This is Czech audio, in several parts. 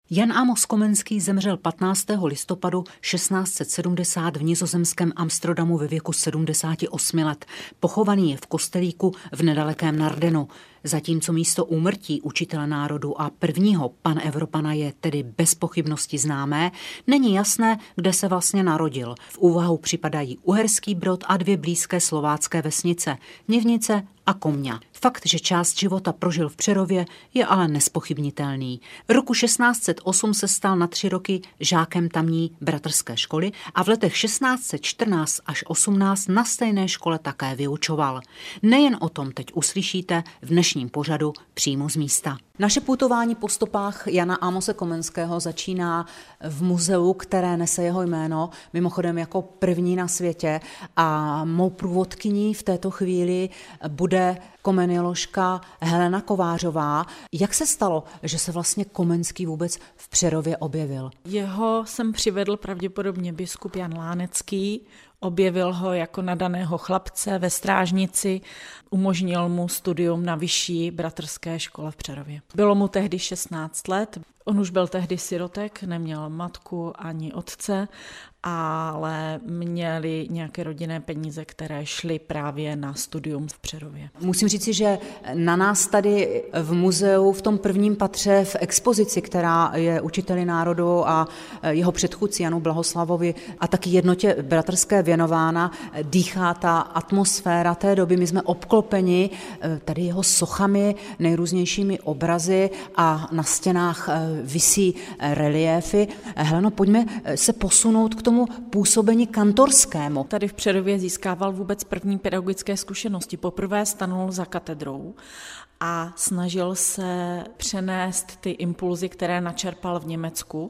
Jan Amos Komenský zemřel 15. listopadu 1670 v nizozemském Amsterdamu ve věku 78 let. Pochovaný je v kostelíku v nedalekém Nardenu. Zatímco místo úmrtí učitele národu a prvního panevropana je tedy bez pochybnosti známé, není jasné, kde se vlastně narodil. V úvahu připadají Uherský Brod a 2 blízké slovácké vesnice, Nivnice a Komňa. Fakt, že část života prožil v Přerově, je ale nezpochybnitelný. Roku 1608 se stal na 3 roky žákem tamní bratrské školy a v letech 1614 až 18 na stejné škole také vyučoval. Nejen o tom teď uslyšíte v dnešním pořadu přímo z místa. Naše putování po stopách Jana Amose Komenského začíná v muzeu, které nese jeho jméno, mimochodem jako první na světě, a mou průvodkyní v této chvíli bude komenioložka Helena Kovářová. Jak se stalo, že se vlastně Komenský vůbec v Přerově objevil? Jeho sem přivedl pravděpodobně biskup Jan Lánecký, objevil ho jako nadaného chlapce ve Strážnici, umožnil mu studium na vyšší bratrské škole v Přerově. Bylo mu tehdy 16 let, on už byl tehdy sirotek, neměl matku ani otce, ale měli nějaké rodinné peníze, které šly právě na studium v Přerově. Musím říci, že na nás tady v muzeu v tom prvním patře v expozici, která je učiteli národu a jeho předchůdci Janu Blahoslavovi a taky jednotě bratrské věnována, dýchá ta atmosféra té doby. My jsme obklopeni tady jeho sochami, nejrůznějšími obrazy a na stěnách visí reliéfy. Heleno, pojďme se posunout k tomu působení kantorskému. Tady v Přerově získával vůbec první pedagogické zkušenosti. Poprvé stanul za katedrou a snažil se přenést ty impulzy, které načerpal v Německu,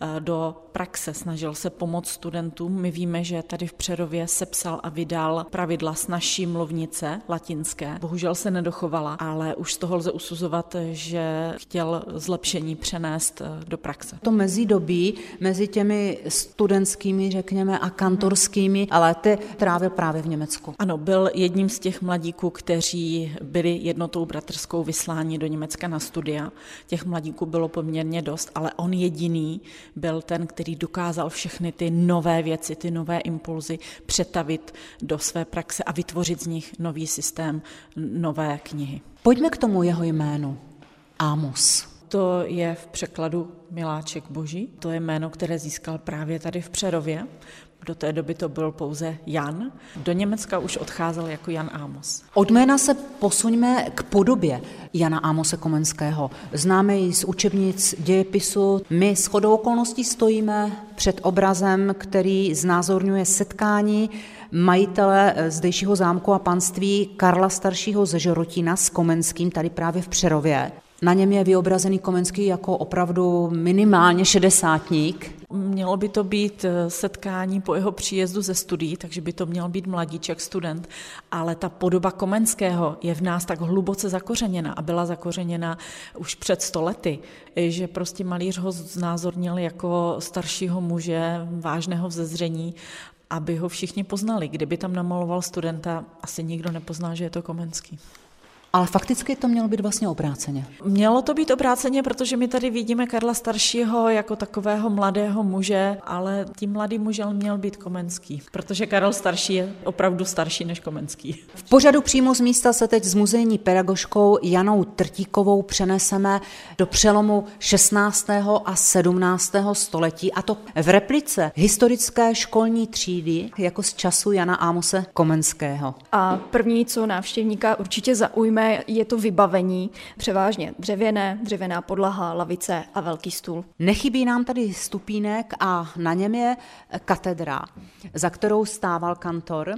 do praxe. Snažil se pomoct studentům. My víme, že tady v Přerově sepsal a vydal pravidla snazší mluvnice latinské. Bohužel se nedochovala, ale už z toho lze usuzovat, že chtěl zlepšení přenést do praxe. To mezidobí mezi těmi studentskými, řekněme, a kantorskými léty trávil právě v Německu. Ano, byl jedním z těch mladíků, kteří byli jednotou bratrskou vysláni do Německa na studia. Těch mladíků bylo poměrně dost, ale on jediný byl ten, který dokázal všechny ty nové věci, ty nové impulzy přetavit do své praxe a vytvořit z nich nový systém, nové knihy. Pojďme k tomu jeho jménu. Amos. To je v překladu miláček boží. To je jméno, které získal právě tady v Přerově. Do té doby to byl pouze Jan. Do Německa už odcházel jako Jan Amos. Od jména se posuňme k podobě Jana Amose Komenského. Známe ji z učebnic dějepisu. My shodou okolností stojíme před obrazem, který znázorňuje setkání majitele zdejšího zámku a panství Karla staršího ze Žorotína s Komenským tady právě v Přerově. Na něm je vyobrazený Komenský jako opravdu minimálně šedesátník. Mělo by to být setkání po jeho příjezdu ze studií, takže by to měl být mladíček, student, ale ta podoba Komenského je v nás tak hluboce zakořeněna a byla zakořeněna už před 100 lety, že prostě malíř ho znázornil jako staršího muže, vážného vzezření, aby ho všichni poznali. Kdyby tam namaloval studenta, asi nikdo nepozná, že je to Komenský. Ale fakticky to mělo být vlastně obráceně. Mělo to být obráceně, protože my tady vidíme Karla staršího jako takového mladého muže, ale tím mladým mužem měl být Komenský, protože Karel starší je opravdu starší než Komenský. V pořadu přímo z místa se teď s muzejní pedagožkou Janou Trtíkovou přeneseme do přelomu 16. a 17. století, a to v replice historické školní třídy jako z času Jana Amose Komenského. A první, co návštěvníka určitě zaujme, je to vybavení, převážně dřevěná podlaha, lavice a velký stůl. Nechybí nám tady stupínek a na něm je katedra, za kterou stával kantor.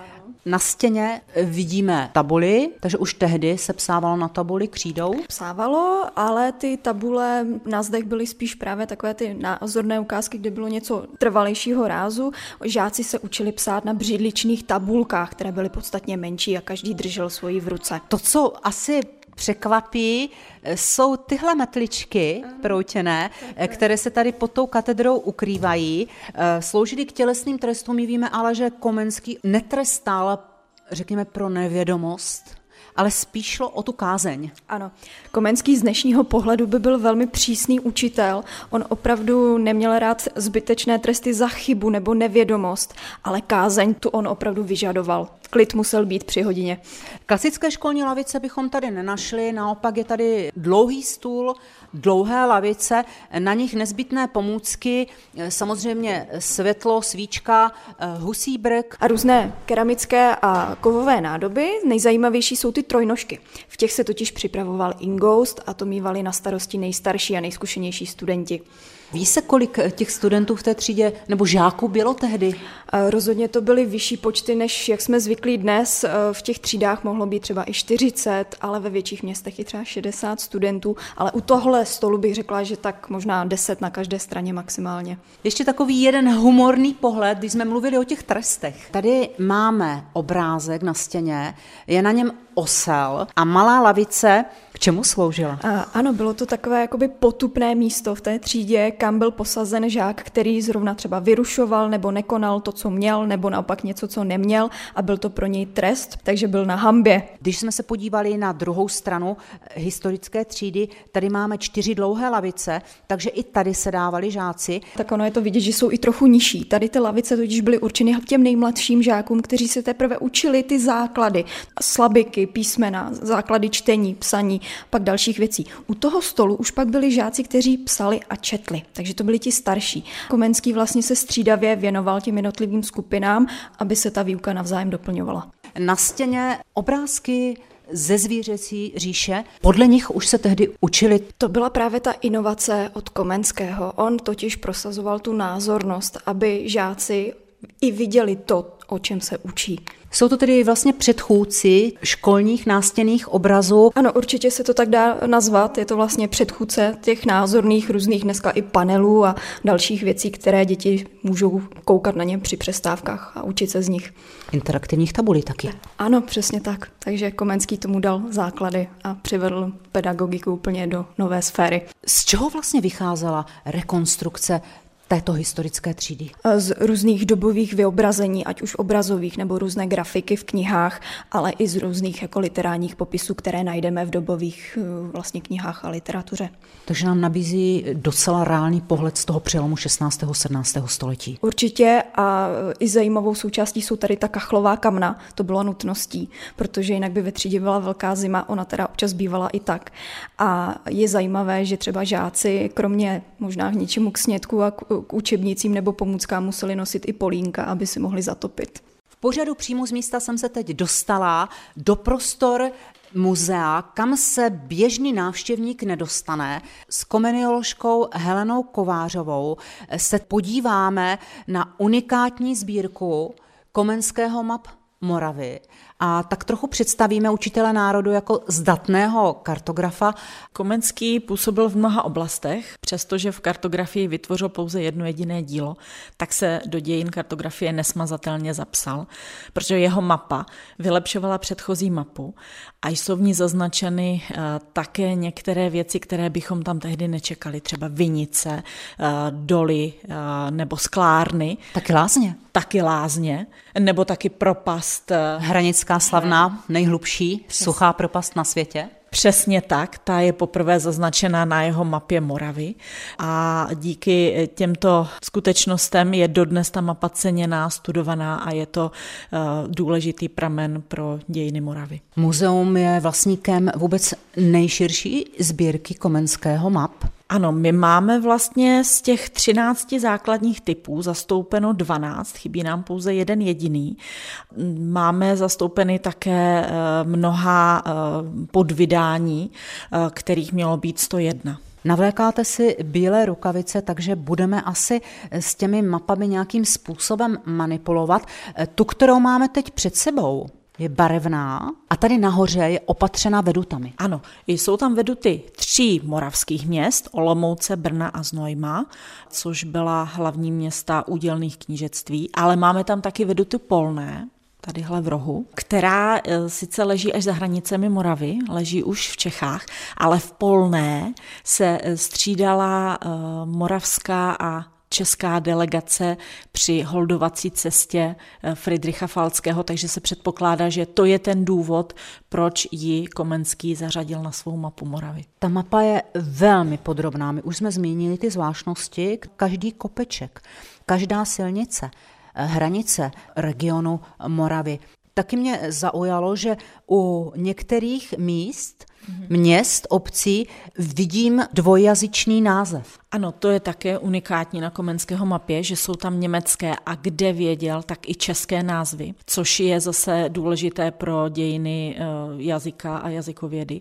Na stěně vidíme tabuli, takže už tehdy se psávalo na tabuli křídou. Psávalo, ale ty tabule na zdech byly spíš právě takové ty názorné ukázky, kde bylo něco trvalejšího rázu. Žáci se učili psát na břidličných tabulkách, které byly podstatně menší a každý držel svoji v ruce. To, co asi překvapí, jsou tyhle metličky proutěné, které se tady pod tou katedrou ukrývají. Sloužily k tělesným trestům, my víme ale, že Komenský netrestal, řekněme, pro nevědomost, ale spíš šlo o tu kázeň. Ano, Komenský z dnešního pohledu by byl velmi přísný učitel. On opravdu neměl rád zbytečné tresty za chybu nebo nevědomost, ale kázeň tu on opravdu vyžadoval. Klid musel být při hodině. Klasické školní lavice bychom tady nenašli, naopak je tady dlouhý stůl, dlouhé lavice, na nich nezbytné pomůcky, samozřejmě světlo, svíčka, husí brk. A různé keramické a kovové nádoby. Nejzajímavější jsou ty trojnožky. V těch se totiž připravoval ingoust a to mívali na starosti nejstarší a nejzkušenější studenti. Ví se, kolik těch studentů v té třídě nebo žáků bylo tehdy? Rozhodně to byly vyšší počty, než jak jsme zvyklí dnes. V těch třídách mohlo být třeba i 40, ale ve větších městech i třeba 60 studentů. Ale u tohle stolu bych řekla, že tak možná 10 na každé straně maximálně. Ještě takový jeden humorný pohled, když jsme mluvili o těch trestech. Tady máme obrázek na stěně, je na něm osel a malá lavice. K čemu sloužila? Ano, bylo to takové jakoby potupné místo v té třídě, kam byl posazen žák, který zrovna třeba vyrušoval nebo nekonal to, co měl, nebo naopak něco, co neměl a byl to pro něj trest, takže byl na hanbě. Když jsme se podívali na druhou stranu historické třídy, tady máme 4 dlouhé lavice, takže i tady se dávali žáci. Tak ono je to vidět, že jsou i trochu nižší. Tady ty lavice totiž byly určeny těm nejmladším žákům, kteří se teprve učili ty základy, slabiky, písmena, základy čtení, psaní, pak dalších věcí. U toho stolu už pak byli žáci, kteří psali a četli, takže to byli ti starší. Komenský vlastně se střídavě věnoval těm jednotlivým skupinám, aby se ta výuka navzájem doplňovala. Na stěně obrázky ze zvířecí říše, podle nich už se tehdy učili. To byla právě ta inovace od Komenského. On totiž prosazoval tu názornost, aby žáci i viděli to, o čem se učí. Jsou to tedy vlastně předchůdci školních nástěnných obrazů? Ano, určitě se to tak dá nazvat. Je to vlastně předchůdce těch názorných různých dneska i panelů a dalších věcí, které děti můžou koukat na ně při přestávkách a učit se z nich. Interaktivních tabulí taky. Ano, přesně tak. Takže Komenský tomu dal základy a přivedl pedagogiku úplně do nové sféry. Z čeho vlastně vycházela rekonstrukce této historické třídy? Z různých dobových vyobrazení, ať už obrazových nebo různé grafiky v knihách, ale i z různých jako literárních popisů, které najdeme v dobových vlastně knihách a literatuře. Takže nám nabízí docela reálný pohled z toho přelomu 16. a 17. století. Určitě a i zajímavou součástí jsou tady ta kachlová kamna, to bylo nutností, protože jinak by ve třídě byla velká zima, ona teda občas bývala i tak. A je zajímavé, že třeba žáci, kromě možná k něčemu k snědku a k učebnicím nebo pomůckám museli nosit i polínka, aby si mohli zatopit. V pořadu přímo z místa jsem se teď dostala do prostor muzea, kam se běžný návštěvník nedostane. S komenioložkou Helenou Kovářovou se podíváme na unikátní sbírku Komenského map Moravy. A tak trochu představíme učitele národu jako zdatného kartografa. Komenský působil v mnoha oblastech, přestože v kartografii vytvořil pouze jedno jediné dílo, tak se do dějin kartografie nesmazatelně zapsal, protože jeho mapa vylepšovala předchozí mapu a jsou v ní zaznačeny také některé věci, které bychom tam tehdy nečekali, třeba vinice, doly nebo sklárny. Taky lázně, nebo taky propast. Hranická slavná, nejhlubší, suchá propast na světě. Přesně tak, ta je poprvé zaznačena na jeho mapě Moravy a díky těmto skutečnostem je dodnes ta mapa ceněná, studovaná a je to důležitý pramen pro dějiny Moravy. Muzeum je vlastníkem vůbec nejširší sbírky Komenského map. Ano, my máme vlastně z těch 13 základních typů zastoupeno 12, chybí nám pouze jeden jediný. Máme zastoupeny také mnoha podvydání, kterých mělo být 101. Navlékáte si bílé rukavice, takže budeme asi s těmi mapami nějakým způsobem manipulovat. Tu, kterou máme teď před sebou, je barevná a tady nahoře je opatřena vedutami. Ano, jsou tam veduty 3 moravských měst, Olomouce, Brna a Znojma, což byla hlavní města údělných knížectví, ale máme tam taky veduty polné, tadyhle v rohu, která sice leží až za hranicemi Moravy, leží už v Čechách, ale v polné se střídala moravská a česká delegace při holdovací cestě Fridricha Falckého, takže se předpokládá, že to je ten důvod, proč ji Komenský zařadil na svou mapu Moravy. Ta mapa je velmi podrobná. My už jsme zmínili ty zvláštnosti. Každý kopeček, každá silnice, hranice regionu Moravy. Taky mě zaujalo, že u některých míst, měst, obcí vidím dvojjazyčný název. Ano, to je také unikátní na Komenského mapě, že jsou tam německé a kde věděl, tak i české názvy, což je zase důležité pro dějiny jazyka a jazykovědy.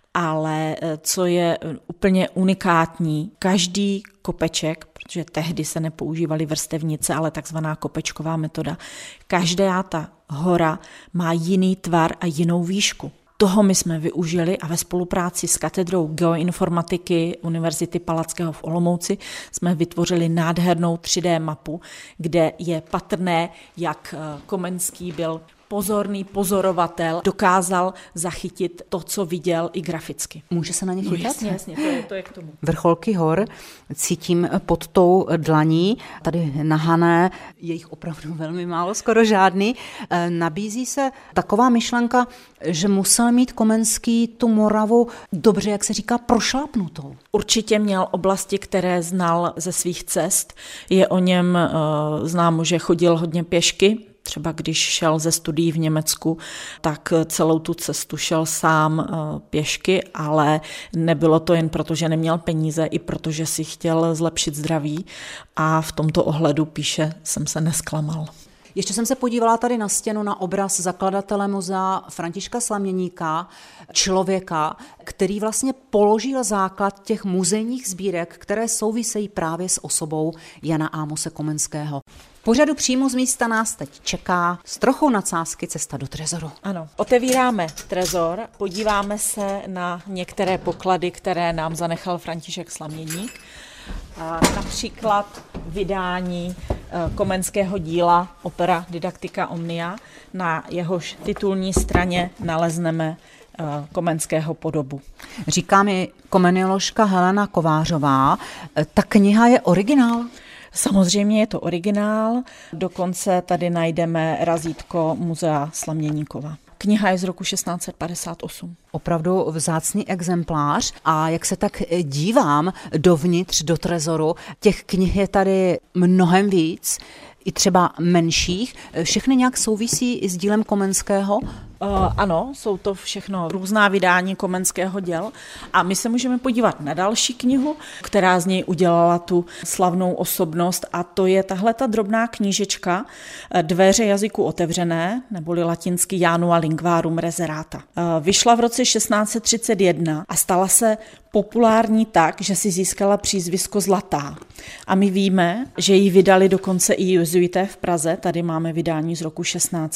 Ale co je úplně unikátní, každý kopeček, protože tehdy se nepoužívaly vrstevnice, ale takzvaná kopečková metoda, každá ta hora má jiný tvar a jinou výšku. Toho my jsme využili a ve spolupráci s katedrou geoinformatiky Univerzity Palackého v Olomouci jsme vytvořili nádhernou 3D mapu, kde je patrné, jak Komenský byl pozorný pozorovatel, dokázal zachytit to, co viděl i graficky. Může se na ně chytat? Jasně, to je k tomu. Vrcholky hor cítím pod tou dlaní, tady nahané, je jich opravdu velmi málo, skoro žádný. Nabízí se taková myšlenka, že musel mít Komenský tu Moravu dobře, jak se říká, prošlápnutou. Určitě měl oblasti, které znal ze svých cest. Je o něm známo, že chodil hodně pěšky. Třeba když šel ze studií v Německu, tak celou tu cestu šel sám pěšky, ale nebylo to jen proto, že neměl peníze, i protože si chtěl zlepšit zdraví a v tomto ohledu píše, jsem se nesklamal. Ještě jsem se podívala tady na stěnu na obraz zakladatele muzea Františka Slaměníka, člověka, který vlastně položil základ těch muzejních sbírek, které souvisejí právě s osobou Jana Amose Komenského. V pořadu přímo z místa nás teď čeká s trochou nadsázky cesta do trezoru. Ano, otevíráme trezor, podíváme se na některé poklady, které nám zanechal František Slaměník. Například vydání Komenského díla Opera Didactica Omnia. Na jehož titulní straně nalezneme Komenského podobu. Říká mi komenioložka Helena Kovářová, ta kniha je originál? Samozřejmě je to originál, dokonce tady najdeme razítko Muzea Slaměníkova. Kniha je z roku 1658. Opravdu vzácný exemplář a jak se tak dívám dovnitř do trezoru, těch knih je tady mnohem víc, i třeba menších. Všechny nějak souvisí i s dílem Komenského? Ano, jsou to všechno různá vydání Komenského děl a my se můžeme podívat na další knihu, která z něj udělala tu slavnou osobnost a to je tahleta drobná knížečka Dveře jazyku otevřené, neboli latinsky Janua Linguarum Reserata. Vyšla v roce 1631 a stala se populární tak, že si získala přízvisko Zlatá. A my víme, že ji vydali dokonce i jezuité v Praze, tady máme vydání z roku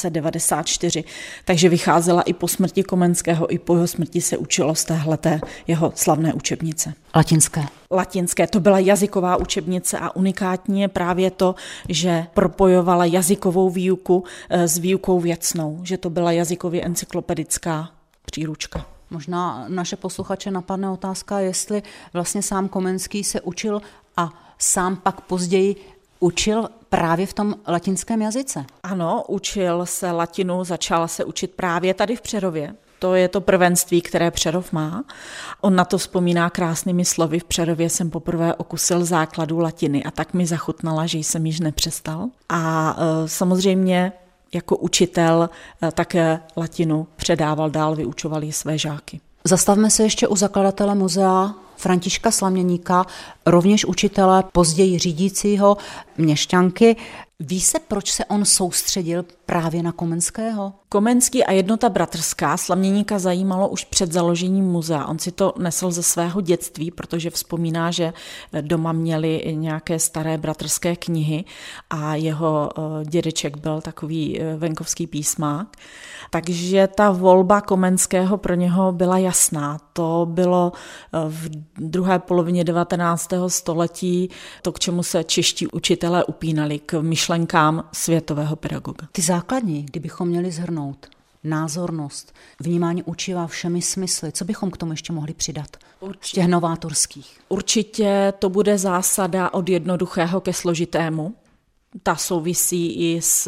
1694, takže vycházela i po smrti Komenského, i po jeho smrti se učilo z téhleté jeho slavné učebnice. Latinské, to byla jazyková učebnice a unikátní je právě to, že propojovala jazykovou výuku s výukou věcnou, že to byla jazykově encyklopedická příručka. Možná naše posluchače napadne otázka, jestli vlastně sám Komenský se učil a sám pak později učil právě v tom latinském jazyce. Ano, učil se latinu, začal se učit právě tady v Přerově. To je to prvenství, které Přerov má. On na to vzpomíná krásnými slovy. V Přerově jsem poprvé okusil základů latiny a tak mi zachutnala, že jsem již nepřestal. A samozřejmě jako učitel také latinu předával dál, vyučoval ji své žáky. Zastavme se ještě u zakladatele muzea Františka Slaměníka, rovněž učitele, později řídícího měšťanky. Ví se, proč se on soustředil právě na Komenského? Komenský a jednota bratrská Slaměníka zajímalo už před založením muzea. On si to nesl ze svého dětství, protože vzpomíná, že doma měli nějaké staré bratrské knihy a jeho dědeček byl takový venkovský písmák. Takže ta volba Komenského pro něho byla jasná. To bylo v druhé polovině 19. století to, k čemu se čeští učitelé upínali, k myšlenkám světového pedagoga. Ty základní, kdybychom měli shrnout. názornost, vnímání učiva všemi smysly. Co bychom k tomu ještě mohli přidat? Z těch novátorských. Určitě to bude zásada od jednoduchého ke složitému. Ta souvisí i s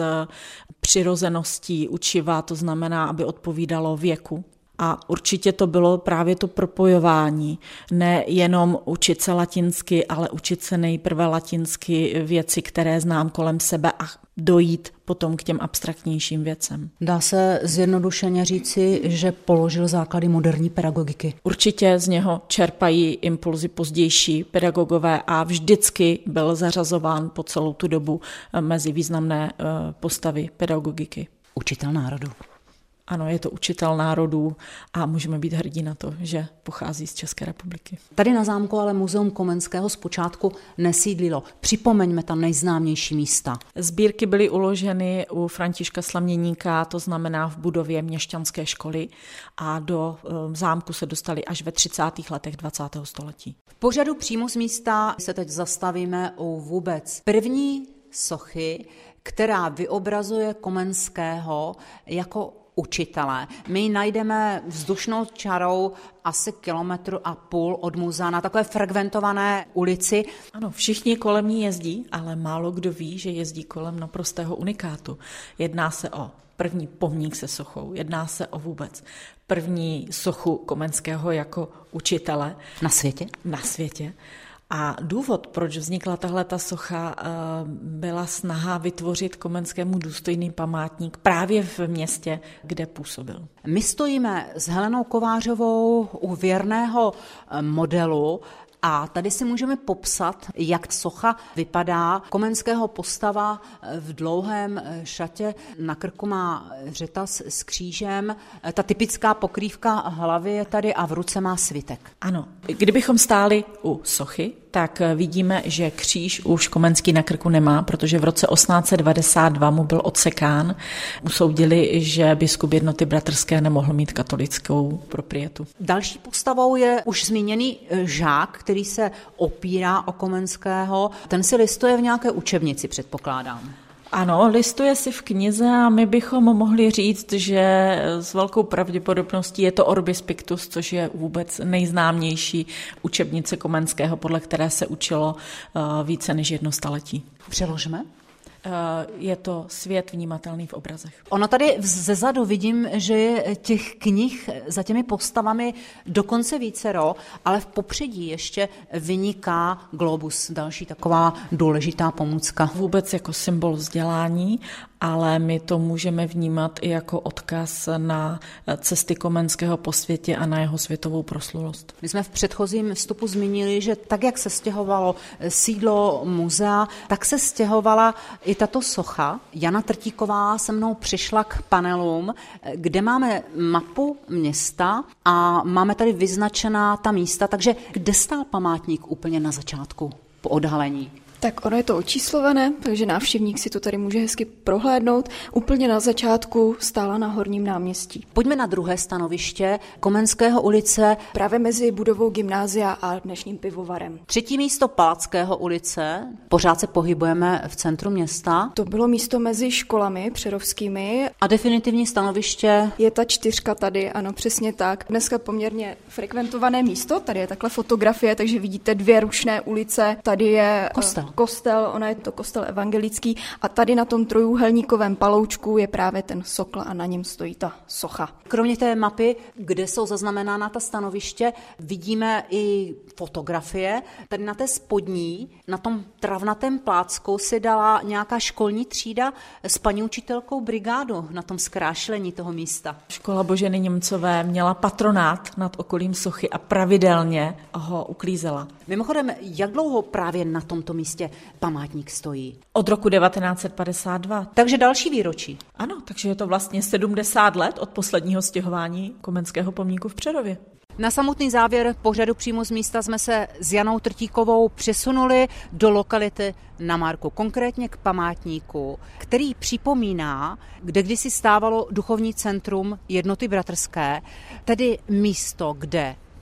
přirozeností učiva, to znamená, aby odpovídalo věku. A určitě to bylo právě to propojování, ne jenom učit se latinsky, ale učit se nejprve latinsky věci, které znám kolem sebe a dojít potom k těm abstraktnějším věcem. Dá se zjednodušeně říci, že položil základy moderní pedagogiky. Určitě z něho čerpají impulzy pozdější pedagogové a vždycky byl zařazován po celou tu dobu mezi významné postavy pedagogiky. Učitel národu. Ano, je to učitel národů a můžeme být hrdí na to, že pochází z České republiky. Tady na zámku ale Muzeum Komenského zpočátku nesídlilo. Připomeňme tam nejznámější místa. Sbírky byly uloženy u Františka Slaměníka, to znamená v budově měšťanské školy a do zámku se dostali až ve 30. letech 20. století. V pořadu přímo z místa se teď zastavíme u vůbec první sochy, která vyobrazuje Komenského jako učitele. My ji najdeme vzdušnou čarou asi 1,5 kilometru od muzea na takové frekventované ulici. Ano, všichni kolem ní jezdí, ale málo kdo ví, že jezdí kolem naprostého unikátu. Jedná se o první pomník se sochou, jedná se o vůbec první sochu Komenského jako učitele. Na světě? Na světě. A důvod, proč vznikla tahleta socha, byla snaha vytvořit Komenskému důstojný památník právě v městě, kde působil. My stojíme s Helenou Kovářovou u věrného modelu a tady si můžeme popsat, jak socha vypadá. Komenského postava v dlouhém šatě, na krku má řetas s křížem, ta typická pokrývka hlavy je tady a v ruce má svitek. Ano, kdybychom stáli u sochy, tak vidíme, že kříž už Komenský na krku nemá, protože v roce 1892 mu byl odsekán. Usoudili, že biskup Jednoty bratrské nemohl mít katolickou proprietu. Další postavou je už zmíněný žák, který se opírá o Komenského. Ten si listuje v nějaké učebnici, předpokládám. Ano, listuje si v knize a my bychom mohli říct, že s velkou pravděpodobností je to Orbis Pictus, což je vůbec nejznámější učebnice Komenského, podle které se učilo více než 1 století. Přeložme. Je to svět vnímatelný v obrazech. Ono tady zezadu vidím, že je těch knih za těmi postavami dokonce vícero, ale v popředí ještě vyniká globus, další taková důležitá pomůcka. Vůbec jako symbol vzdělání, ale my to můžeme vnímat i jako odkaz na cesty Komenského po světě a na jeho světovou proslulost. My jsme v předchozím vstupu zmínili, že tak, jak se stěhovalo sídlo muzea, tak se stěhovala i tato socha. Jana Trtíková se mnou přišla k panelům, kde máme mapu města a máme tady vyznačená ta místa, takže kde stál památník úplně na začátku po odhalení? Tak ono je to očíslované, takže návštěvník si to tady může hezky prohlédnout. Úplně na začátku stála na Horním náměstí. Pojďme na druhé stanoviště Komenského ulice. Právě mezi budovou gymnázia a dnešním pivovarem. 3. místo Palackého ulice. Pořád se pohybujeme v centru města. To bylo místo mezi školami přerovskými. A definitivní stanoviště? Je ta 4 tady, ano, přesně tak. Dneska poměrně frekventované místo, tady je takhle fotografie, takže vidíte 2 rušné ulice, tady je kostel, ona je to kostel evangelický a tady na tom trojúhelníkovém paloučku je právě ten sokl a na něm stojí ta socha. Kromě té mapy, kde jsou zaznamenána ta stanoviště, vidíme i fotografie. Tady na té spodní, na tom travnatém plácku si dala nějaká školní třída s paní učitelkou brigádu na tom zkrášlení toho místa. Škola Boženy Němcové měla patronát nad okolím sochy a pravidelně ho uklízela. Mimochodem, jak dlouho právě na tomto místě památník stojí? Od roku 1952. Takže další výročí. Ano, takže je to vlastně 70 let od posledního stěhování Komenského pomníku v Přerově. Na samotný závěr pořadu přímo z místa jsme se s Janou Trtíkovou přesunuli do lokality na Marku, konkrétně k památníku, který připomíná, kde kdysi stávalo duchovní centrum Jednoty bratrské, tedy místo, kde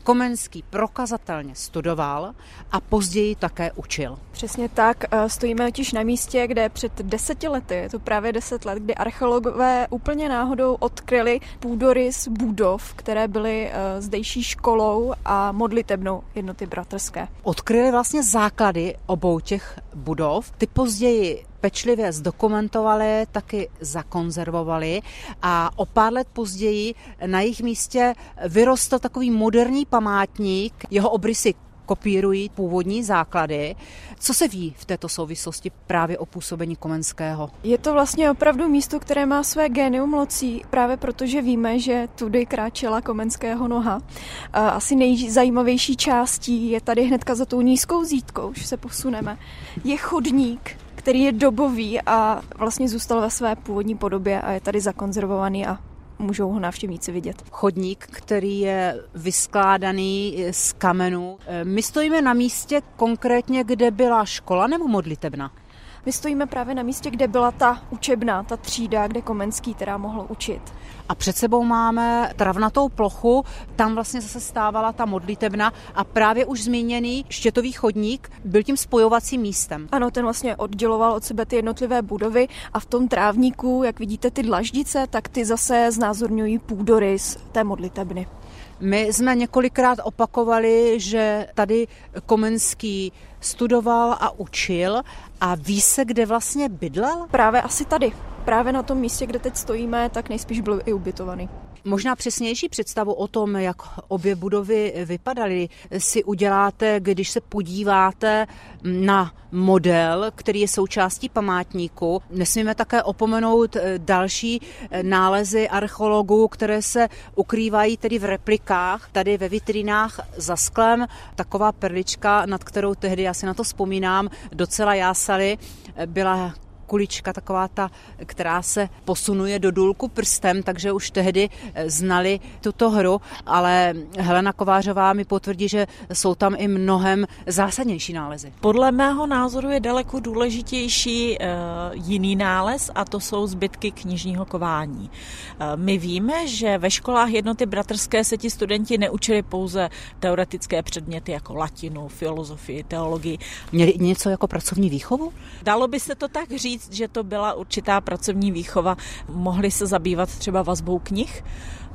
Komenský prokazatelně studoval a později také učil. Přesně tak, stojíme totiž na místě, kde před 10 lety, je to právě 10 let, kdy archeologové úplně náhodou odkryli půdorys budov, které byly zdejší školou a modlitebnou Jednoty bratrské. Odkryli vlastně základy obou těch budov, ty později pečlivě zdokumentovali, taky zakonzervovali a o pár let později na jejich místě vyrostl takový moderní památník, jeho obrysy kopírují původní základy. Co se ví v této souvislosti právě o působení Komenského? Je to vlastně opravdu místo, které má své génium loci, právě protože víme, že tudy kráčela Komenského noha. Asi nejzajímavější částí je tady hnedka za tou nízkou zítkou, už se posuneme. Je chodník, který je dobový a vlastně zůstal ve své původní podobě a je tady zakonzervovaný a můžou ho návštěvníci vidět. Chodník, který je vyskládaný z kamenů. My stojíme na místě konkrétně, kde byla škola nebo modlitebna? My stojíme právě na místě, kde byla ta učebna, ta třída, kde Komenský teda mohl učit. A před sebou máme travnatou plochu, tam vlastně zase stávala ta modlitebna a právě už zmíněný štětový chodník byl tím spojovacím místem. Ano, ten vlastně odděloval od sebe ty jednotlivé budovy a v tom trávníku, jak vidíte ty dlaždice, tak ty zase znázorňují půdorys té modlitebny. My jsme několikrát opakovali, že tady Komenský studoval a učil a ví se, kde vlastně bydlel? Právě asi tady. Právě na tom místě, kde teď stojíme, tak nejspíš byl i ubytovaný. Možná přesnější představu o tom, jak obě budovy vypadaly, si uděláte, když se podíváte na model, který je součástí památníku. Nesmíme také opomenout další nálezy archeologů, které se ukrývají tedy v replikách, tady ve vitrinách za sklem. Taková perlička, nad kterou tehdy, já si na to vzpomínám, docela jásali, byla kulička, taková ta, která se posunuje do důlku prstem, takže už tehdy znali tuto hru, ale Helena Kovářová mi potvrdí, že jsou tam i mnohem zásadnější nálezy. Podle mého názoru je daleko důležitější jiný nález a to jsou zbytky knižního kování. My víme, že ve školách Jednoty bratrské se ti studenti neučili pouze teoretické předměty jako latinu, filozofii, teologii. Měli něco jako pracovní výchovu? Dalo by se to tak říct, že to byla určitá pracovní výchova. Mohli se zabývat třeba vazbou knih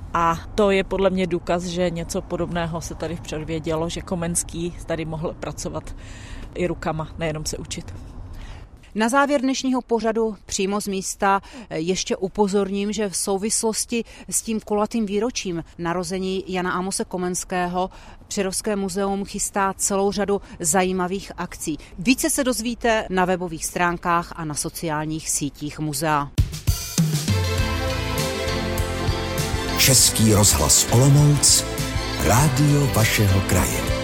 a to je podle mě důkaz, že něco podobného se tady v Přerově dělo, že Komenský tady mohl pracovat i rukama, nejenom se učit. Na závěr dnešního pořadu přímo z místa ještě upozorním, že v souvislosti s tím kulatým výročím narození Jana Amose Komenského Přerovské muzeum chystá celou řadu zajímavých akcí. Více se dozvíte na webových stránkách a na sociálních sítích muzea. Český rozhlas Olomouc, rádio vašeho kraje.